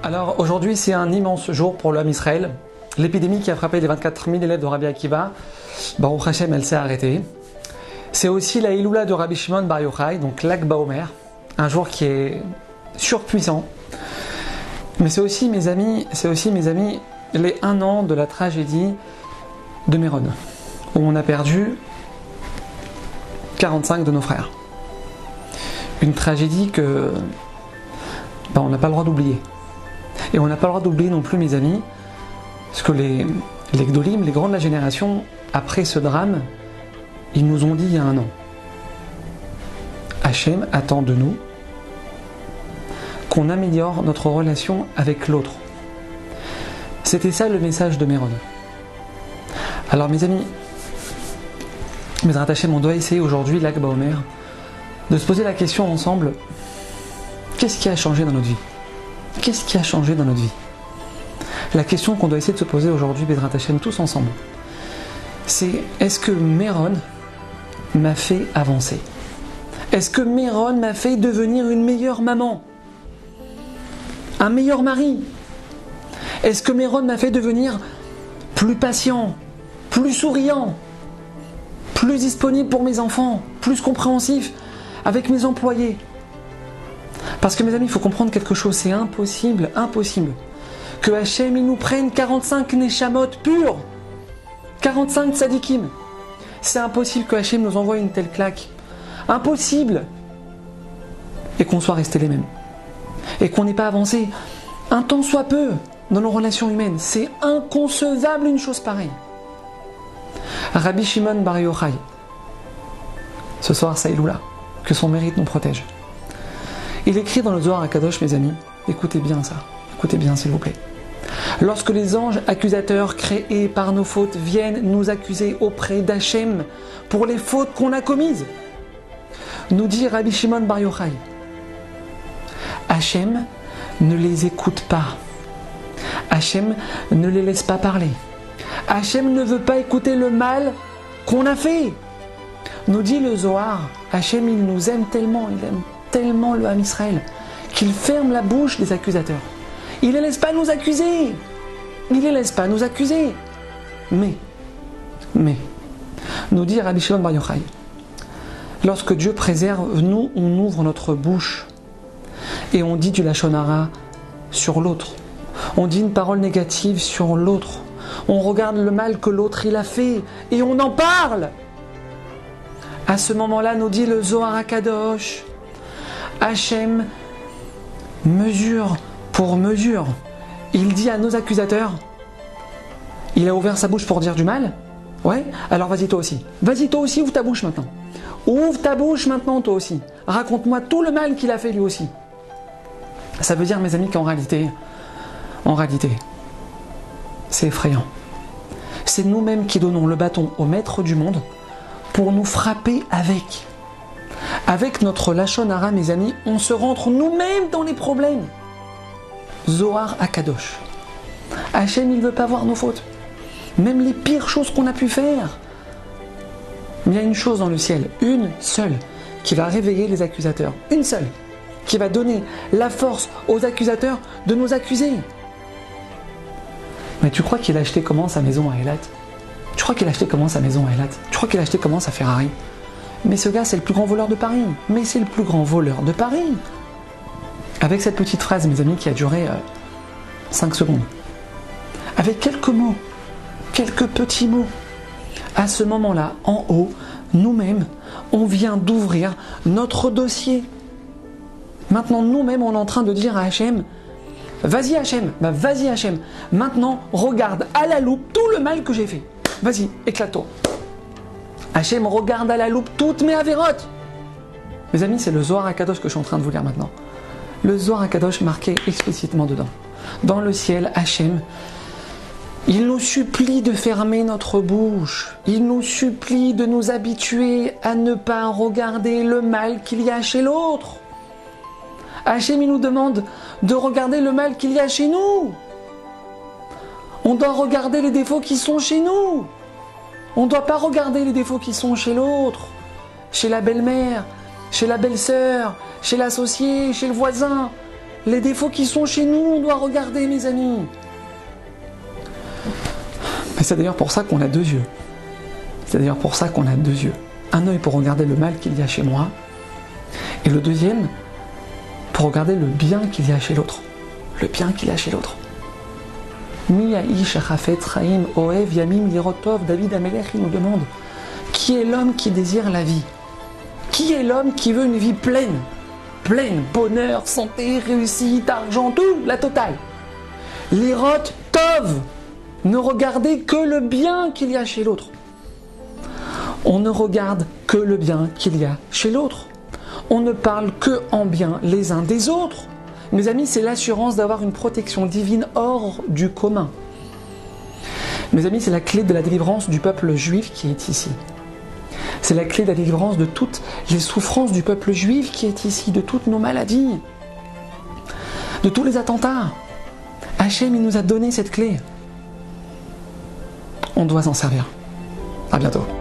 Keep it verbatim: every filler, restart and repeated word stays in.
Alors aujourd'hui c'est un immense jour pour l'homme Israël. L'épidémie qui a frappé les vingt-quatre mille élèves de Rabbi Akiva, Baruch Hashem, elle s'est arrêtée. C'est aussi la Iloula de Rabbi Shimon Bar Yochai, donc l'Ag Baomer, un jour qui est surpuissant. Mais c'est aussi mes amis, c'est aussi mes amis les un an de la tragédie de Méron, où on a perdu quarante-cinq de nos frères. Une tragédie que ben, on n'a pas le droit d'oublier. Et on n'a pas le droit d'oublier non plus, mes amis, ce que les, les Gdolim, les grands de la génération, après ce drame, ils nous ont dit il y a un an. Hachem attend de nous qu'on améliore notre relation avec l'autre. C'était ça le message de Méron. Alors mes amis, mes Hachem, on doit essayer aujourd'hui, l'Ag Baomer, de se poser la question ensemble, qu'est-ce qui a changé dans notre vie ? Qu'est-ce qui a changé dans notre vie ? La question qu'on doit essayer de se poser aujourd'hui, Bezrat Hashem, tous ensemble, c'est est-ce que Méron m'a fait avancer ? Est-ce que Méron m'a fait devenir une meilleure maman ? Un meilleur mari ? Est-ce que Méron m'a fait devenir plus patient, plus souriant, plus disponible pour mes enfants, plus compréhensif avec mes employés ? Parce que mes amis, il faut comprendre quelque chose, c'est impossible, impossible que Hachem il nous prenne quarante-cinq Neshamot purs, quarante-cinq tzadikim. C'est impossible que Hachem nous envoie une telle claque. Impossible. Et qu'on soit restés les mêmes. Et qu'on n'ait pas avancé un tant soit peu dans nos relations humaines. C'est inconcevable une chose pareille. Rabbi Shimon Bar Yochai, ce soir Saïloula, que son mérite nous protège. Il écrit dans le Zohar HaKadosh, mes amis, écoutez bien ça, écoutez bien s'il vous plaît. Lorsque les anges accusateurs créés par nos fautes viennent nous accuser auprès d'Hachem pour les fautes qu'on a commises, nous dit Rabbi Shimon Bar Yochai, Hachem ne les écoute pas. Hachem ne les laisse pas parler. Hachem ne veut pas écouter le mal qu'on a fait. Nous dit le Zohar, Hachem il nous aime tellement, il aime tellement le Ham Israël qu'il ferme la bouche des accusateurs. Il ne les laisse pas nous accuser. Il ne les laisse pas nous accuser. Mais, mais, nous dit Rabbi Shimon Bar Yochai, lorsque Dieu préserve, nous, on ouvre notre bouche et on dit du Lachon Hara sur l'autre. On dit une parole négative sur l'autre. On regarde le mal que l'autre il a fait et on en parle. À ce moment-là, nous dit le Zohar HaKadosh, Hachem mesure pour mesure. Il dit à nos accusateurs, il a ouvert sa bouche pour dire du mal ? Ouais ? Alors vas-y toi aussi. Vas-y toi aussi, ouvre ta bouche maintenant. Ouvre ta bouche maintenant toi aussi. Raconte-moi tout le mal qu'il a fait lui aussi. Ça veut dire, mes amis, qu'en réalité, en réalité, c'est effrayant. C'est nous-mêmes qui donnons le bâton au maître du monde pour nous frapper avec. Avec notre Lachon Hara, mes amis, on se rentre nous-mêmes dans les problèmes. Zohar HaKadosh. Hachem, il ne veut pas voir nos fautes. Même les pires choses qu'on a pu faire. Mais il y a une chose dans le ciel, une seule, qui va réveiller les accusateurs. Une seule. Qui va donner la force aux accusateurs de nous accuser. Mais tu crois qu'il a acheté comment sa maison à Eilat ? Tu crois qu'il a acheté comment sa maison à Eilat ? Tu crois qu'il a acheté comment sa Ferrari ? Mais ce gars, c'est le plus grand voleur de Paris. Mais c'est le plus grand voleur de Paris. Avec cette petite phrase, mes amis, qui a duré euh, cinq secondes. Avec quelques mots, quelques petits mots. À ce moment-là, en haut, nous-mêmes, on vient d'ouvrir notre dossier. Maintenant, nous-mêmes, on est en train de dire à Hachem, vas-y Hachem, bah vas-y Hachem. Maintenant, regarde à la loupe tout le mal que j'ai fait. Vas-y, éclate-toi. Hachem regarde à la loupe toutes mes avérotes. Mes amis, c'est le Zohar HaKadosh que je suis en train de vous lire maintenant. Le Zohar HaKadosh marqué explicitement dedans. Dans le ciel, Hachem, il nous supplie de fermer notre bouche. Il nous supplie de nous habituer à ne pas regarder le mal qu'il y a chez l'autre. Hachem, il nous demande de regarder le mal qu'il y a chez nous. On doit regarder les défauts qui sont chez nous. On ne doit pas regarder les défauts qui sont chez l'autre, chez la belle-mère, chez la belle-sœur, chez l'associé, chez le voisin. les défauts qui sont chez nous, on doit regarder, mes amis. Mais c'est d'ailleurs pour ça qu'on a deux yeux. C'est d'ailleurs pour ça qu'on a deux yeux. Un œil pour regarder le mal qu'il y a chez moi, et le deuxième pour regarder le bien qu'il y a chez l'autre. Le bien qu'il y a chez l'autre. Mi ha'ish hachafetz chaim ohev yamim lirot tov. David Amelech, il nous demande, qui est l'homme qui désire la vie? Qui est l'homme qui veut une vie pleine? Pleine, bonheur, santé, réussite, argent, tout, la totale. Lirot tov. Ne regardez que le bien qu'il y a chez l'autre. On ne regarde que le bien qu'il y a chez l'autre. On ne parle que en bien les uns des autres. Mes amis, c'est l'assurance d'avoir une protection divine hors du commun. Mes amis, c'est la clé de la délivrance du peuple juif qui est ici. C'est la clé de la délivrance de toutes les souffrances du peuple juif qui est ici, de toutes nos maladies, de tous les attentats. Hachem, il nous a donné cette clé. On doit s'en servir. À bientôt.